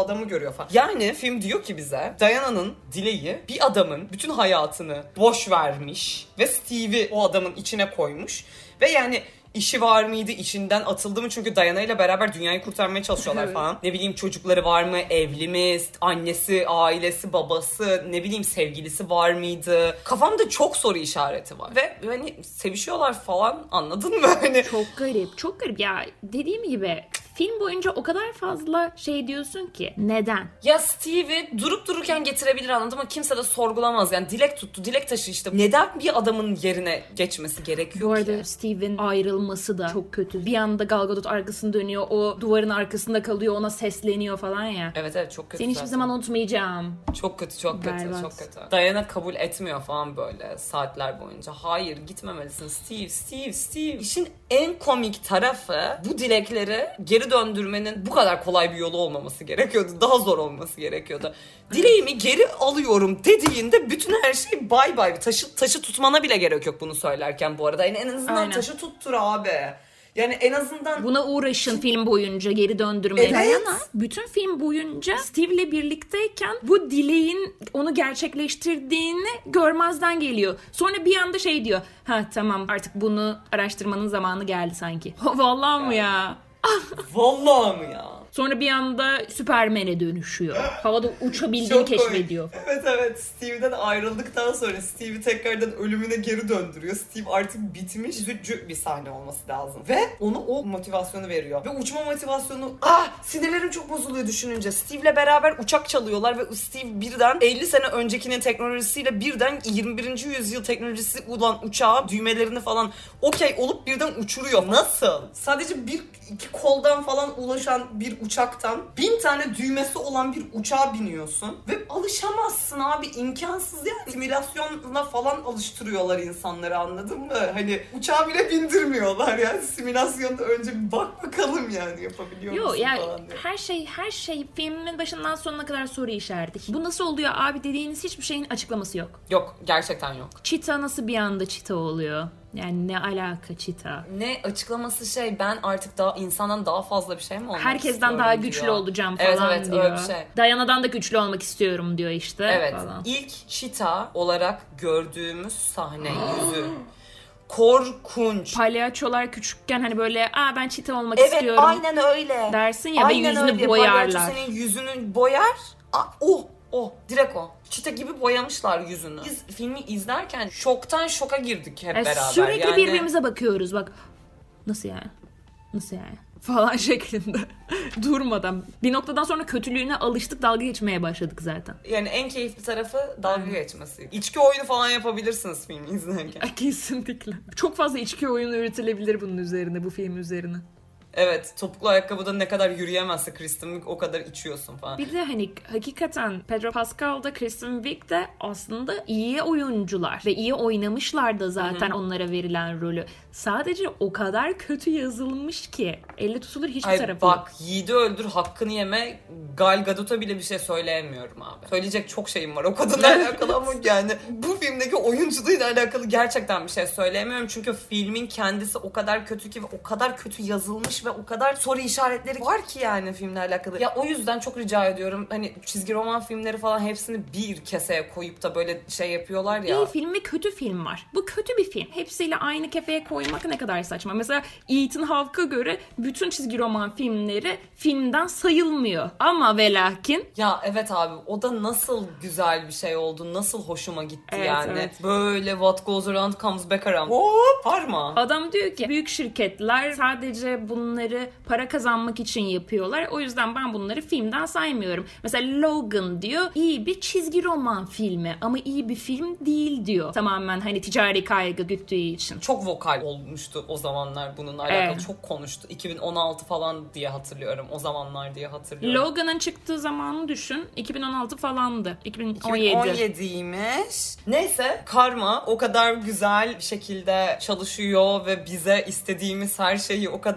[SPEAKER 6] görüyor falan. Yani film diyor ki bize Diana'nın dileği bir adamın bütün hayatını boş vermiş ve Steve'i o adamın içine koymuş ve yani İşi var mıydı? İşinden atıldı mı? Çünkü Diana ile beraber dünyayı kurtarmaya çalışıyorlar
[SPEAKER 1] Evet.
[SPEAKER 6] falan. Ne bileyim çocukları var mı? Evli mi? Annesi, ailesi, babası, ne bileyim sevgilisi var mıydı? Kafamda çok soru işareti var. Ve hani sevişiyorlar falan, anladın mı? Hani
[SPEAKER 1] Çok garip, çok garip. Ya dediğim gibi film boyunca o kadar fazla şey diyorsun ki neden?
[SPEAKER 6] ya Steve'i durup dururken getirebilir, anladın mı? Kimse de sorgulamaz. Yani dilek tuttu, dilek taşı işte. Neden bir adamın yerine geçmesi gerekiyor
[SPEAKER 1] Bu
[SPEAKER 6] ki?
[SPEAKER 1] arada Steve'in ayrılması da çok kötü. Bir anda Gal Gadot arkasını dönüyor, o duvarın arkasında kalıyor, ona sesleniyor falan ya.
[SPEAKER 6] Evet evet, çok kötü
[SPEAKER 1] Seni hiçbir
[SPEAKER 6] zaten.
[SPEAKER 1] zaman unutmayacağım.
[SPEAKER 6] Çok kötü, çok kötü,
[SPEAKER 1] Berbat.
[SPEAKER 6] çok kötü. Diana kabul etmiyor falan böyle saatler boyunca. Hayır, gitmemelisin Steve, Steve, Steve. İşin en komik tarafı, bu dilekleri geri döndürmenin bu kadar kolay bir yolu olmaması gerekiyordu. Daha zor olması gerekiyordu. Dileğimi geri alıyorum dediğinde bütün her şey bay bay. Taşı, taşı tutmana bile gerek yok bunu söylerken bu arada. Yani en azından
[SPEAKER 1] Aynen.
[SPEAKER 6] taşı tuttur abi. Yani en azından...
[SPEAKER 1] Buna uğraşın film boyunca geri döndürmeye.
[SPEAKER 6] Evet.
[SPEAKER 1] Diana bütün film boyunca Steve'le birlikteyken bu dileğin onu gerçekleştirdiğini görmezden geliyor. Sonra bir anda şey diyor. Ha tamam, artık bunu araştırmanın zamanı geldi sanki. Vallahi mı ya?
[SPEAKER 6] Vallahi mı ya?
[SPEAKER 1] Sonra bir anda Süpermen'e dönüşüyor. Havada uçabildiğini
[SPEAKER 6] Çok komik.
[SPEAKER 1] keşfediyor.
[SPEAKER 6] Evet evet, Steve'den ayrıldıktan sonra Steve'i tekrardan ölümüne geri döndürüyor. Steve artık bitmiş, üzücü bir sahne olması lazım. Ve onu o motivasyonu veriyor. Ve uçma motivasyonu... Ah, sinirlerim çok bozuluyor düşününce. Steve'le beraber uçak çalıyorlar ve Steve birden elli sene öncekinin teknolojisiyle birden yirmi birinci yüzyıl teknolojisi olan uçağa düğmelerini falan okey olup birden uçuruyor. Nasıl? Sadece bir iki koldan falan ulaşan bir uçaktan bin tane düğmesi olan bir uçağa biniyorsun ve alışamazsın abi, imkansız yani. Simülasyona falan alıştırıyorlar insanları, anladın mı? Hani uçağa bile bindirmiyorlar yani, simülasyonda önce bir bak bakalım yani yapabiliyor
[SPEAKER 1] Yok
[SPEAKER 6] musun
[SPEAKER 1] yani
[SPEAKER 6] falan diye.
[SPEAKER 1] her şey her şey filmin başından sonuna kadar soru işareti. Bu nasıl oluyor abi dediğiniz hiçbir şeyin açıklaması yok.
[SPEAKER 6] Yok, gerçekten yok.
[SPEAKER 1] Cheetah nasıl bir anda Cheetah oluyor? Yani ne alaka Cheetah?
[SPEAKER 6] Ne açıklaması şey, ben artık daha insandan daha fazla bir şey mi olmak
[SPEAKER 1] Herkesten
[SPEAKER 6] istiyorum
[SPEAKER 1] daha
[SPEAKER 6] diyor.
[SPEAKER 1] güçlü olacağım falan
[SPEAKER 6] evet, evet,
[SPEAKER 1] diyor.
[SPEAKER 6] öyle bir şey.
[SPEAKER 1] Diana'dan da güçlü olmak istiyorum diyor işte
[SPEAKER 6] Evet.
[SPEAKER 1] falan.
[SPEAKER 6] İlk Cheetah olarak gördüğümüz sahne yüzü. Korkunç.
[SPEAKER 1] Palyaçolar küçükken hani böyle aa ben Cheetah olmak
[SPEAKER 6] Evet,
[SPEAKER 1] istiyorum
[SPEAKER 6] aynen öyle.
[SPEAKER 1] dersin ya
[SPEAKER 6] Aynen
[SPEAKER 1] ve yüzünü
[SPEAKER 6] öyle.
[SPEAKER 1] boyarlar.
[SPEAKER 6] Palyaço senin yüzünü boyar. Aa, o, o, direkt o. Cheetah gibi boyamışlar yüzünü. Biz filmi izlerken şoktan şoka girdik hep
[SPEAKER 1] Yani
[SPEAKER 6] beraber.
[SPEAKER 1] sürekli
[SPEAKER 6] yani...
[SPEAKER 1] birbirimize bakıyoruz bak. Nasıl yani? Nasıl yani? Falan şeklinde. Durmadan. Bir noktadan sonra kötülüğüne alıştık, dalga geçmeye başladık zaten.
[SPEAKER 6] Yani en keyifli tarafı dalga geçmesi. İçki oyunu falan yapabilirsiniz filmi izlerken.
[SPEAKER 1] Kesinlikle. Çok fazla içki oyunu üretilebilir bunun üzerine, bu film üzerine.
[SPEAKER 6] Evet, topuklu ayakkabıda ne kadar yürüyemezse Kristen Wiig o kadar içiyorsun falan.
[SPEAKER 1] Bir de hani hakikaten Pedro Pascal da Kristen Wiig de aslında iyi oyuncular ve iyi oynamışlar da zaten Hı-hı. onlara verilen rolü. Sadece o kadar kötü yazılmış ki elle tutulur hiçbir
[SPEAKER 6] Ay
[SPEAKER 1] tarafı.
[SPEAKER 6] Bak, yiğidi öldür hakkını yeme, Gal Gadot'a bile bir şey söyleyemiyorum abi. Söyleyecek çok şeyim var o kadınla alakalı ama yani bu filmdeki oyunculuğuyla alakalı gerçekten bir şey söyleyemiyorum. Çünkü filmin kendisi o kadar kötü ki ve o kadar kötü yazılmış ve o kadar soru işaretleri var ki yani filmle alakalı. Ya o yüzden çok rica ediyorum, hani çizgi roman filmleri falan hepsini bir keseye koyup da böyle şey yapıyorlar ya.
[SPEAKER 1] İyi film ve kötü film var. Bu kötü bir film. Hepsiyle aynı kefeye koymak ne kadar saçma. Mesela Ethan Hawke'a göre bütün çizgi roman filmleri filmden sayılmıyor. Ama ve lakin
[SPEAKER 6] Ya evet abi, o da nasıl güzel bir şey oldu, nasıl hoşuma gitti
[SPEAKER 1] Evet,
[SPEAKER 6] yani.
[SPEAKER 1] evet.
[SPEAKER 6] Böyle what goes around comes back around. Hop, parma.
[SPEAKER 1] adam diyor ki büyük şirketler sadece bunları para kazanmak için yapıyorlar. O yüzden ben bunları filmden saymıyorum. Mesela Logan diyor iyi bir çizgi roman filmi ama iyi bir film değil diyor. Tamamen hani ticari kaygı güttüğü için.
[SPEAKER 6] Çok vokal olmuştu o zamanlar bununla alakalı.
[SPEAKER 1] Evet.
[SPEAKER 6] Çok konuştu. iki bin on altı falan diye hatırlıyorum. O zamanlar diye hatırlıyorum.
[SPEAKER 1] Logan'ın çıktığı zamanı düşün. iki bin on altı falandı. iki bin on yedi.
[SPEAKER 6] iki bin on yediymiş. Neyse, Karma o kadar güzel bir şekilde çalışıyor ve bize istediğimiz her şeyi o kadar güzel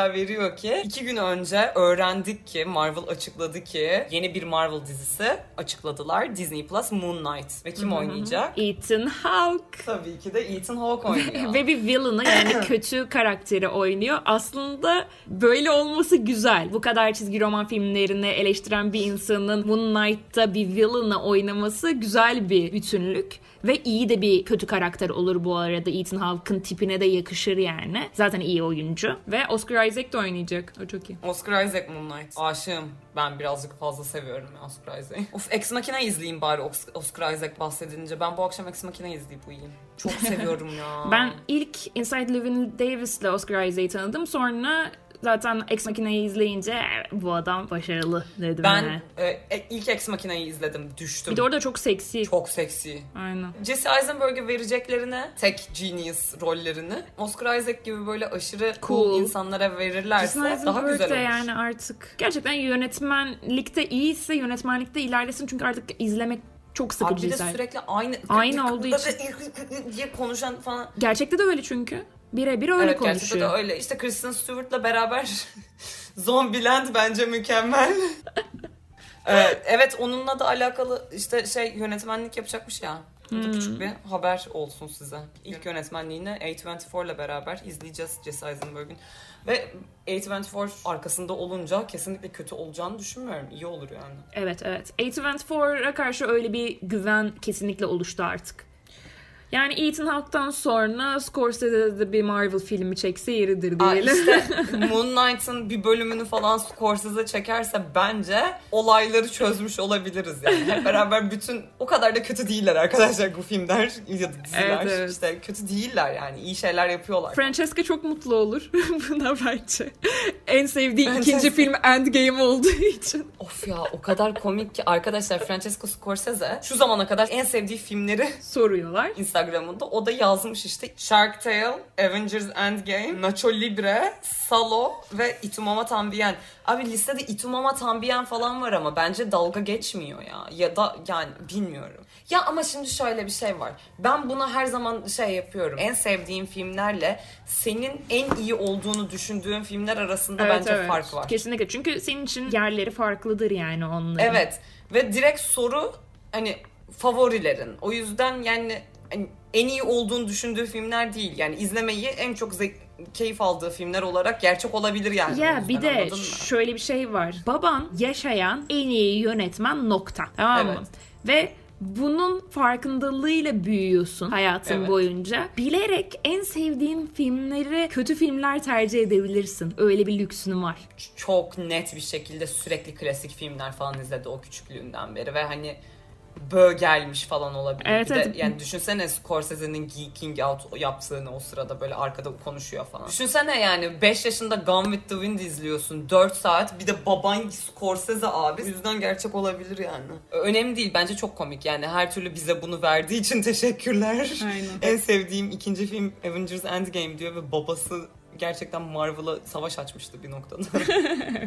[SPEAKER 6] haber veriyor ki iki gün önce öğrendik ki Marvel açıkladı ki yeni bir Marvel dizisi açıkladılar. Disney Plus Moon Knight. Ve kim oynayacak?
[SPEAKER 1] Ethan Hawke.
[SPEAKER 6] Tabii ki de Ethan Hawke oynuyor.
[SPEAKER 1] Ve bir villain'ı yani kötü karakteri oynuyor. Aslında böyle olması güzel. Bu kadar çizgi roman filmlerini eleştiren bir insanın Moon Knight'ta bir villain'ı oynaması güzel bir bütünlük. Ve iyi de bir kötü karakter olur bu arada. Ethan Hawke'ın tipine de yakışır yani. Zaten iyi oyuncu. Ve Oscar Isaac de oynayacak. O çok iyi.
[SPEAKER 6] Oscar Isaac Moon Knight. Aşığım. Ben birazcık fazla seviyorum ya Oscar Isaac'i. Of, Ex Machina izleyeyim bari Oscar Isaac bahsedince. Ben bu akşam Ex Machina izleyip uyuyayım. Çok seviyorum ya.
[SPEAKER 1] Ben ilk Inside Llewyn Davis'le Oscar Isaac'i tanıdım. Sonra zaten Ex Machina'yı izleyince bu adam başarılı dedim.
[SPEAKER 6] Ben
[SPEAKER 1] yani.
[SPEAKER 6] e, ilk Ex Machina'yı izledim. Düştüm.
[SPEAKER 1] Bir de orada çok seksi.
[SPEAKER 6] Çok seksi.
[SPEAKER 1] Aynen.
[SPEAKER 6] Jesse Eisenberg'e vereceklerine tek genius rollerini Oscar Isaac gibi böyle aşırı cool, cool insanlara verirlerse daha güzel olur.
[SPEAKER 1] Yani artık gerçekten yönetmenlikte iyiyse yönetmenlikte ilerlesin çünkü artık izlemek çok sıkıcı.
[SPEAKER 6] Abi bir de
[SPEAKER 1] zaten.
[SPEAKER 6] sürekli aynı
[SPEAKER 1] aynı olduğu için
[SPEAKER 6] diye konuşan falan.
[SPEAKER 1] Gerçekte de öyle çünkü. Birebir öyle
[SPEAKER 6] evet,
[SPEAKER 1] konuşuyor.
[SPEAKER 6] Gerçekte de öyle. İşte Kristen Stewart'la beraber Zombieland bence mükemmel. ee, evet onunla da alakalı işte şey yönetmenlik yapacakmış ya. Bu da küçük bir haber olsun size. İlk yönetmenliğini A yirmi dört ile beraber izleyeceğiz Jesse Eisenberg'in. Ve A yirmi dört arkasında olunca kesinlikle kötü olacağını düşünmüyorum. İyi olur yani.
[SPEAKER 1] Evet evet. A yirmi dört'e karşı öyle bir güven kesinlikle oluştu artık. Yani Ethan Hawke'dan sonra Scorsese'de de bir Marvel filmi çekse yeridir diyelim.
[SPEAKER 6] Aa, işte Moon Knight'ın bir bölümünü falan Scorsese çekerse bence olayları çözmüş olabiliriz yani. Hep beraber bütün o kadar da kötü değiller arkadaşlar bu filmler ya da diziler.
[SPEAKER 1] Evet, evet.
[SPEAKER 6] İşte kötü değiller yani. İyi şeyler yapıyorlar.
[SPEAKER 1] Francesca çok mutlu olur buna bence. En sevdiği
[SPEAKER 6] Francesca...
[SPEAKER 1] ikinci film Endgame olduğu için.
[SPEAKER 6] Of ya o kadar komik ki arkadaşlar Francesco Scorsese şu zamana kadar en sevdiği filmleri
[SPEAKER 1] soruyorlar.
[SPEAKER 6] Instagram'ında o da yazmış işte Shark Tale, Avengers Endgame, Nacho Libre, Salo ve Itumama Tambien. Abi listede Itumama Tambien falan var ama bence dalga geçmiyor ya. Ya da yani bilmiyorum. Ya ama şimdi şöyle bir şey var. Ben buna her zaman şey yapıyorum. En sevdiğim filmlerle senin en iyi olduğunu düşündüğün filmler arasında
[SPEAKER 1] evet,
[SPEAKER 6] bence
[SPEAKER 1] evet.
[SPEAKER 6] fark var.
[SPEAKER 1] Kesinlikle. Çünkü senin için yerleri farklıdır yani onların.
[SPEAKER 6] Evet. Ve direkt soru hani favorilerin. O yüzden yani hani en iyi olduğunu düşündüğü filmler değil. Yani izlemeyi en çok zek- keyif aldığı filmler olarak gerçek olabilir yani.
[SPEAKER 1] Ya bir de şöyle bir şey var. Baban yaşayan en iyi yönetmen nokta. Tamam mı?
[SPEAKER 6] Evet.
[SPEAKER 1] Ve bunun farkındalığıyla büyüyorsun hayatın
[SPEAKER 6] evet.
[SPEAKER 1] boyunca. Bilerek en sevdiğin filmleri kötü filmler tercih edebilirsin. Öyle bir lüksün var.
[SPEAKER 6] Çok net bir şekilde sürekli klasik filmler falan izledi o küçüklüğünden beri ve hani bö gelmiş falan olabilir.
[SPEAKER 1] Evet,
[SPEAKER 6] bir de
[SPEAKER 1] evet.
[SPEAKER 6] yani düşünsene Scorsese'nin Geeking Out yaptığını o sırada böyle arkada konuşuyor falan. Düşünsene yani beş yaşında Gone with the Wind izliyorsun. dört saat bir de baban Scorsese abi. O yüzden gerçek olabilir yani. Önemli değil. Bence çok komik. Yani her türlü bize bunu verdiği için teşekkürler.
[SPEAKER 1] Aynen.
[SPEAKER 6] En sevdiğim ikinci film Avengers Endgame diyor ve babası gerçekten Marvel'a savaş açmıştı bir noktada.
[SPEAKER 1] Evet.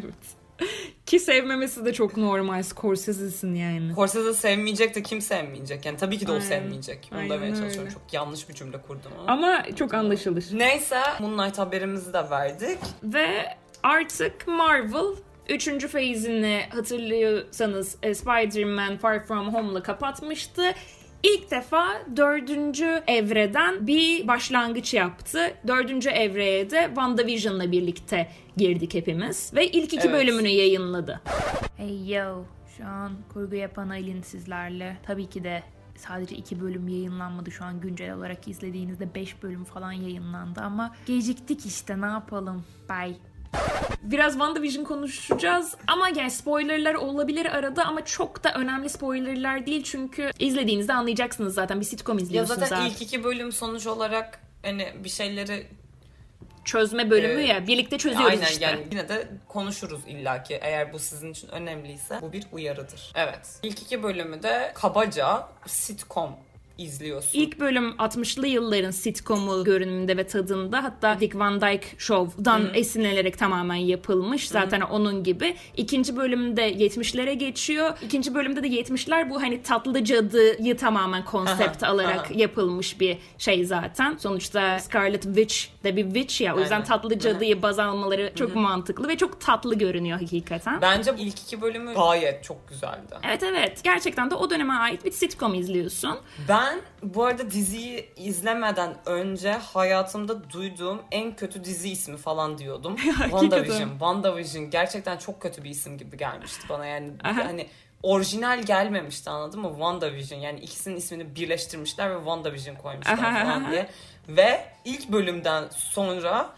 [SPEAKER 1] Ki sevmemesi de çok normal. Scorsese'sin yani.
[SPEAKER 6] Scorsese sevmeyecek de kim sevmeyecek? Yani tabii ki de o
[SPEAKER 1] Aynen.
[SPEAKER 6] sevmeyecek. Onu
[SPEAKER 1] Aynen
[SPEAKER 6] demeye
[SPEAKER 1] öyle.
[SPEAKER 6] çalışıyorum. Çok yanlış bir cümle kurdum ama.
[SPEAKER 1] Ama çok anlaşılır.
[SPEAKER 6] Neyse Moon Knight haberimizi de verdik.
[SPEAKER 1] Ve artık Marvel üçüncü feyzini hatırlıyorsanız Spider-Man Far From Home'la kapatmıştı. İlk defa dördüncü evreden bir başlangıç yaptı. Dördüncü evreye de WandaVision'la birlikte girdik hepimiz. Ve ilk iki
[SPEAKER 6] Evet.
[SPEAKER 1] bölümünü yayınladı. Hey yo, şu an kurgu yapan Aylin sizlerle. Tabii ki de sadece iki bölüm yayınlanmadı. Şu an güncel olarak izlediğinizde beş bölüm falan yayınlandı. Ama geciktik işte, ne yapalım. Bye. Biraz WandaVision konuşacağız ama yani spoilerlar olabilir arada ama çok da önemli spoilerlar değil çünkü izlediğinizde anlayacaksınız zaten, bir sitcom
[SPEAKER 6] Ya
[SPEAKER 1] izliyorsunuz
[SPEAKER 6] zaten
[SPEAKER 1] abi.
[SPEAKER 6] ilk iki bölüm sonuç olarak hani bir şeyleri
[SPEAKER 1] Çözme bölümü
[SPEAKER 6] Ee,
[SPEAKER 1] ya, birlikte çözüyoruz
[SPEAKER 6] aynen
[SPEAKER 1] işte.
[SPEAKER 6] yani yine de konuşuruz illaki eğer bu sizin için önemliyse bu bir uyarıdır. Evet. İlk iki bölümü de kabaca sitcom izliyorsun.
[SPEAKER 1] İlk bölüm altmışlı yılların sitcomu görünümünde ve tadında, hatta Dick Van Dyke Show'dan Hı-hı. esinlenerek tamamen yapılmış. Zaten Hı-hı. onun gibi. İkinci bölümde yetmişlere geçiyor. İkinci bölümde de yetmişler bu hani tatlı cadıyı tamamen konsept aha, alarak aha. yapılmış bir şey zaten. Sonuçta Scarlet Witch de bir witch ya. O yüzden Aynen. tatlı cadıyı Hı-hı. baz almaları çok Hı-hı. mantıklı ve çok tatlı görünüyor hakikaten.
[SPEAKER 6] Bence ilk iki bölümü gayet çok güzeldi.
[SPEAKER 1] Evet evet. Gerçekten de o döneme ait bir sitcom izliyorsun.
[SPEAKER 6] Ben bu arada diziyi izlemeden önce hayatımda duyduğum en kötü dizi ismi falan diyordum. WandaVision. WandaVision gerçekten çok kötü bir isim gibi gelmişti bana yani. Aha. Hani orijinal gelmemişti, anladın mı? WandaVision, yani ikisinin ismini birleştirmişler ve WandaVision koymuşlar falan diye. Ve ilk bölümden sonra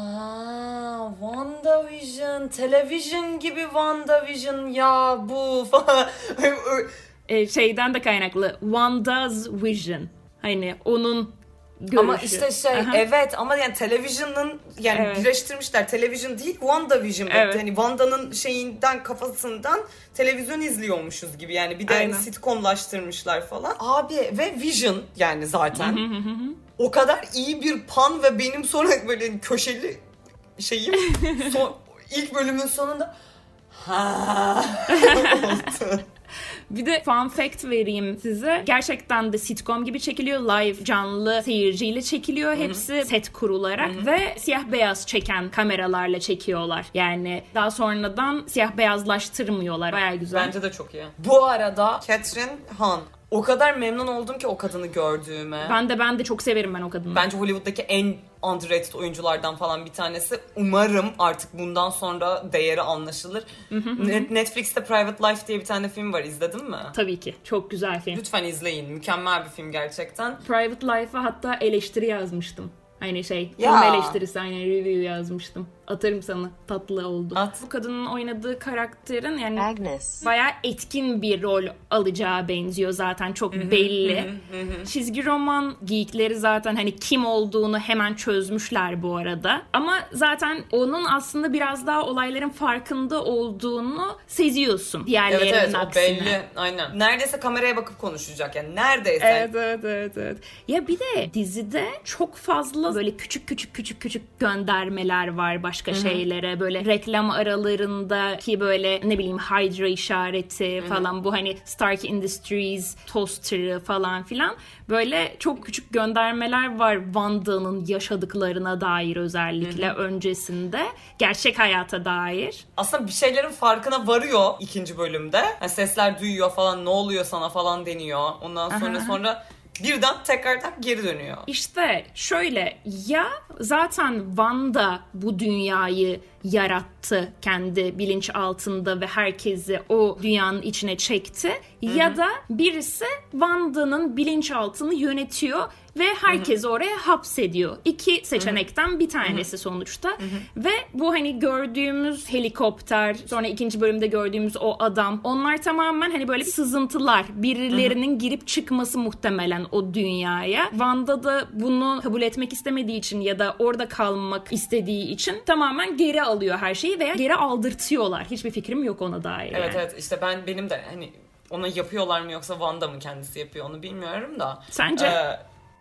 [SPEAKER 6] ha WandaVision, television gibi WandaVision ya bu falan.
[SPEAKER 1] e, şeyden de kaynaklı Wanda's Vision. Hani onun görüşü.
[SPEAKER 6] Ama işte şey Aha. evet ama yani television'ın yani evet. birleştirmişler. Television değil WandaVision. Evet. Hani Wanda'nın şeyinden, kafasından televizyon izliyormuşuz gibi. Yani bir de hani sitcomlaştırmışlar falan. Abi ve Vision yani zaten. O kadar iyi bir pan ve benim sonra böyle köşeli şeyim son, ilk bölümün sonunda ha oldu.
[SPEAKER 1] Bir de fun fact vereyim size. Gerçekten de sitcom gibi çekiliyor. Live, canlı seyirciyle çekiliyor. Hı-hı. Hepsi set kurularak Hı-hı. ve siyah beyaz çeken kameralarla çekiyorlar. Yani daha sonradan siyah beyazlaştırmıyorlar. Bayağı güzel.
[SPEAKER 6] Bence de çok iyi. Bu arada Catherine Hahn. O kadar memnun oldum ki o kadını gördüğüme.
[SPEAKER 1] Ben de ben de çok severim ben o kadını.
[SPEAKER 6] Bence Hollywood'daki en underrated oyunculardan falan bir tanesi. Umarım artık bundan sonra değeri anlaşılır. Netflix'te Private Life diye bir tane film var. İzledin mi?
[SPEAKER 1] Tabii ki. Çok güzel film.
[SPEAKER 6] Lütfen izleyin. Mükemmel bir film gerçekten.
[SPEAKER 1] Private Life'a hatta eleştiri yazmıştım. Aynı şey. Ya. Film eleştirisi, aynı review yazmıştım. Atarım sana. Tatlı oldu.
[SPEAKER 6] At.
[SPEAKER 1] Bu kadının oynadığı karakterin yani
[SPEAKER 9] Agnes.
[SPEAKER 1] Bayağı etkin bir rol alacağı benziyor zaten. Çok belli. Çizgi roman geekleri zaten hani kim olduğunu hemen çözmüşler bu arada. Ama zaten onun aslında biraz daha olayların farkında olduğunu seziyorsun. Diğerlerinin
[SPEAKER 6] evet, evet,
[SPEAKER 1] aksine.
[SPEAKER 6] Evet belli. Aynen. Neredeyse kameraya bakıp konuşacak yani. Neredeyse.
[SPEAKER 1] Evet evet evet. evet. Ya bir de dizide çok fazla böyle küçük küçük küçük küçük göndermeler var başka Hı-hı. şeylere. Böyle reklam aralarındaki böyle ne bileyim Hydra işareti Hı-hı. falan, bu hani Stark Industries toaster'ı falan filan. Böyle çok küçük göndermeler var Wanda'nın yaşadıklarına dair, özellikle Hı-hı. öncesinde. Gerçek hayata dair.
[SPEAKER 6] Aslında bir şeylerin farkına varıyor ikinci bölümde. Yani sesler duyuyor falan, ne oluyor sana falan deniyor. Ondan sonra Aha. sonra birden tekrardan geri dönüyor.
[SPEAKER 1] İşte şöyle, ya zaten Wanda bu dünyayı yarattı kendi bilinç altında ve herkesi o dünyanın içine çekti. Hı-hı. Ya da birisi Wanda'nın bilinçaltını yönetiyor ve herkesi Hı-hı. oraya hapsediyor. İki seçenekten Hı-hı. bir tanesi Hı-hı. sonuçta. Hı-hı. Ve bu hani gördüğümüz helikopter, sonra ikinci bölümde gördüğümüz o adam, onlar tamamen hani böyle sızıntılar. Birilerinin Hı-hı. girip çıkması muhtemelen o dünyaya. Wanda da bunu kabul etmek istemediği için ya da orada kalmak istediği için tamamen geri alıyor her şeyi veya geri aldırtıyorlar. Hiçbir fikrim yok ona dair.
[SPEAKER 6] Evet
[SPEAKER 1] yani.
[SPEAKER 6] evet işte ben benim de hani ona yapıyorlar mı yoksa Wanda mı kendisi yapıyor onu bilmiyorum da.
[SPEAKER 1] Sence?
[SPEAKER 6] Ee,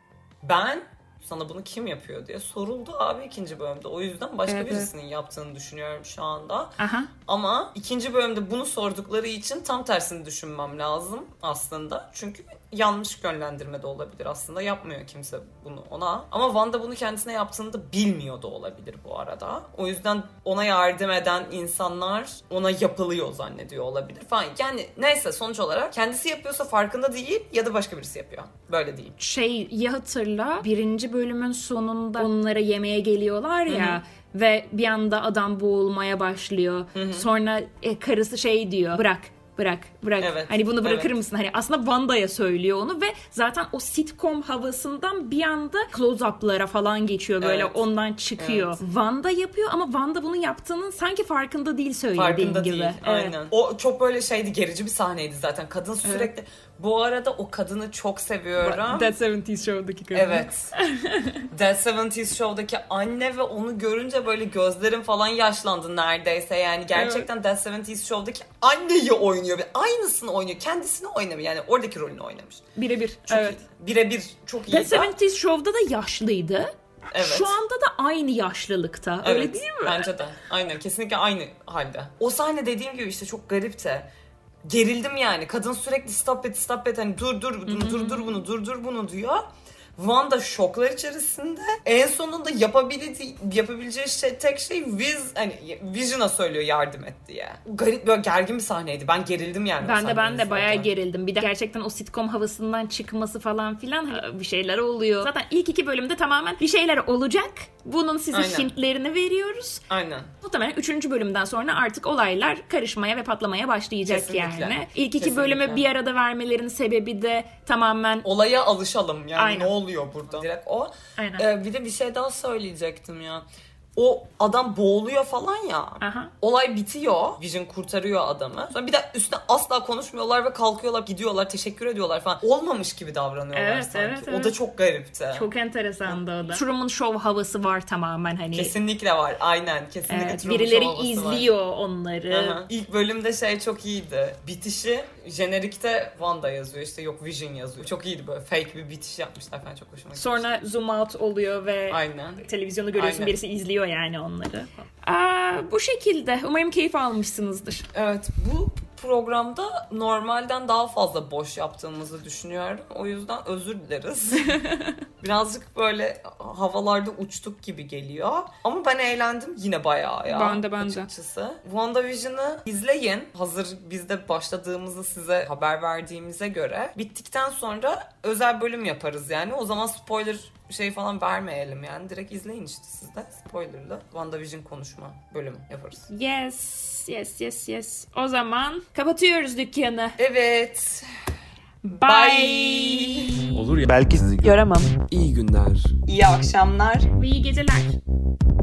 [SPEAKER 6] ben sana bunu kim yapıyor diye soruldu abi ikinci bölümde. O yüzden başka evet, birisinin evet. yaptığını düşünüyorum şu anda.
[SPEAKER 1] Aha.
[SPEAKER 6] Ama ikinci bölümde bunu sordukları için tam tersini düşünmem lazım aslında. Çünkü yanlış yönlendirme de olabilir aslında. Yapmıyor kimse bunu ona. Ama Wanda bunu kendisine yaptığını da bilmiyor da olabilir bu arada. O yüzden ona yardım eden insanlar ona yapılıyor zannediyor olabilir falan. Yani neyse, sonuç olarak kendisi yapıyorsa farkında değil ya da başka birisi yapıyor. Böyle değil.
[SPEAKER 1] Şey, ya hatırla, birinci bölümün sonunda onlara yemeğe geliyorlar ya. Hı-hı. Ve bir anda adam boğulmaya başlıyor. Hı-hı. Sonra e, karısı şey diyor, bırak. Bırak, bırak.
[SPEAKER 6] Evet,
[SPEAKER 1] hani bunu bırakır
[SPEAKER 6] evet.
[SPEAKER 1] mısın? Hani aslında Wanda'ya söylüyor onu ve zaten o sitcom havasından bir anda close-up'lara falan geçiyor. Böyle evet. ondan çıkıyor. Evet. Wanda yapıyor ama Wanda bunu yaptığının sanki farkında değil söylediğin
[SPEAKER 6] farkında
[SPEAKER 1] gibi.
[SPEAKER 6] Farkında değil,
[SPEAKER 1] evet.
[SPEAKER 6] aynen. O çok böyle şeydi, gerici bir sahneydi zaten. Kadın sürekli... Evet. Bu arada o kadını çok seviyorum.
[SPEAKER 1] That seventies Show'daki kadın.
[SPEAKER 6] Evet. That seventies Show'daki anne ve onu görünce böyle gözlerim falan yaşlandı neredeyse. Yani gerçekten evet. That seventies Show'daki anneyi oynuyor. Aynısını oynuyor. Kendisini oynamıyor. Yani oradaki rolünü oynamış.
[SPEAKER 1] Birebir.
[SPEAKER 6] Çok
[SPEAKER 1] Evet.
[SPEAKER 6] iyi. Birebir çok iyi.
[SPEAKER 1] That seventies Show'da da yaşlıydı.
[SPEAKER 6] Evet.
[SPEAKER 1] Şu anda da aynı yaşlılıkta.
[SPEAKER 6] Evet,
[SPEAKER 1] öyle değil mi?
[SPEAKER 6] Bence de. Aynen. Kesinlikle aynı halde. O sahne dediğim gibi işte çok garipti. Gerildim yani. Kadın sürekli stop et, stop et. Hani dur dur bunu, dur dur bunu, dur dur bunu diyor. Wanda şoklar içerisinde. En sonunda yapabileceği, yapabileceği şey, tek şey Viz, hani Vision'a söylüyor yardım et diye. Garip böyle gergin bir sahneydi. Ben gerildim yani.
[SPEAKER 1] Ben de ben de bayağı gerildim. Bir de gerçekten o sitcom havasından çıkması falan filan bir şeyler oluyor. Zaten ilk iki bölümde tamamen bir şeyler olacak. Bunun size
[SPEAKER 6] Aynen.
[SPEAKER 1] hintlerini veriyoruz.
[SPEAKER 6] Aynen.
[SPEAKER 1] Muhtemelen üçüncü bölümden sonra artık olaylar karışmaya ve patlamaya başlayacak. Kesinlikle. Yani. İlk iki Kesinlikle. bölümü bir arada vermelerinin sebebi de tamamen...
[SPEAKER 6] Olaya alışalım yani.
[SPEAKER 1] Aynen.
[SPEAKER 6] Ne oluyor burada? Direkt o.
[SPEAKER 1] Aynen.
[SPEAKER 6] Ee, bir de bir şey daha söyleyecektim ya. O adam boğuluyor falan ya.
[SPEAKER 1] Aha.
[SPEAKER 6] Olay bitiyor. Vision kurtarıyor adamı. Sonra bir de üstüne asla konuşmuyorlar ve kalkıyorlar, gidiyorlar, teşekkür ediyorlar falan. Olmamış gibi davranıyorlar
[SPEAKER 1] evet,
[SPEAKER 6] sanki.
[SPEAKER 1] Evet, evet.
[SPEAKER 6] O da çok garipti.
[SPEAKER 1] Çok enteresandı o da. Truman Show havası var tamamen hani.
[SPEAKER 6] Kesinlikle var. Aynen. Kesinlikle
[SPEAKER 1] evet,
[SPEAKER 6] Truman
[SPEAKER 1] birileri
[SPEAKER 6] Show havası
[SPEAKER 1] izliyor
[SPEAKER 6] var.
[SPEAKER 1] onları.
[SPEAKER 6] Aha. İlk bölümde şey çok iyiydi. Bitişi jenerikte Wanda yazıyor. İşte yok Vision yazıyor. Çok iyiydi böyle. Fake bir bitiş yapmışlar falan. Çok hoşuma gitti.
[SPEAKER 1] Sonra zoom out oluyor ve
[SPEAKER 6] Aynen.
[SPEAKER 1] televizyonu görüyorsun.
[SPEAKER 6] Aynen.
[SPEAKER 1] Birisi izliyor yani onları. Aa, bu şekilde. Umarım keyif almışsınızdır.
[SPEAKER 6] Evet, bu programda normalden daha fazla boş yaptığımızı düşünüyorum. O yüzden özür dileriz. Birazcık böyle havalarda uçtuk gibi geliyor. Ama ben eğlendim yine bayağı ya.
[SPEAKER 1] Ben de ben de.
[SPEAKER 6] Açıkçası. WandaVision'ı izleyin. Hazır biz de başladığımızı size haber verdiğimize göre. Bittikten sonra özel bölüm yaparız yani. O zaman spoiler şey falan vermeyelim yani. Direkt izleyin işte siz de. Spoilerlı WandaVision konuşma bölümü yaparız.
[SPEAKER 1] Yes, yes, yes, yes. O zaman kapatıyoruz dükkanı.
[SPEAKER 6] Evet.
[SPEAKER 1] Bye.
[SPEAKER 6] Bye.
[SPEAKER 4] Olur ya.
[SPEAKER 2] Belki sizi
[SPEAKER 9] Göremem.
[SPEAKER 4] İyi günler.
[SPEAKER 6] İyi akşamlar.
[SPEAKER 1] Ve iyi geceler.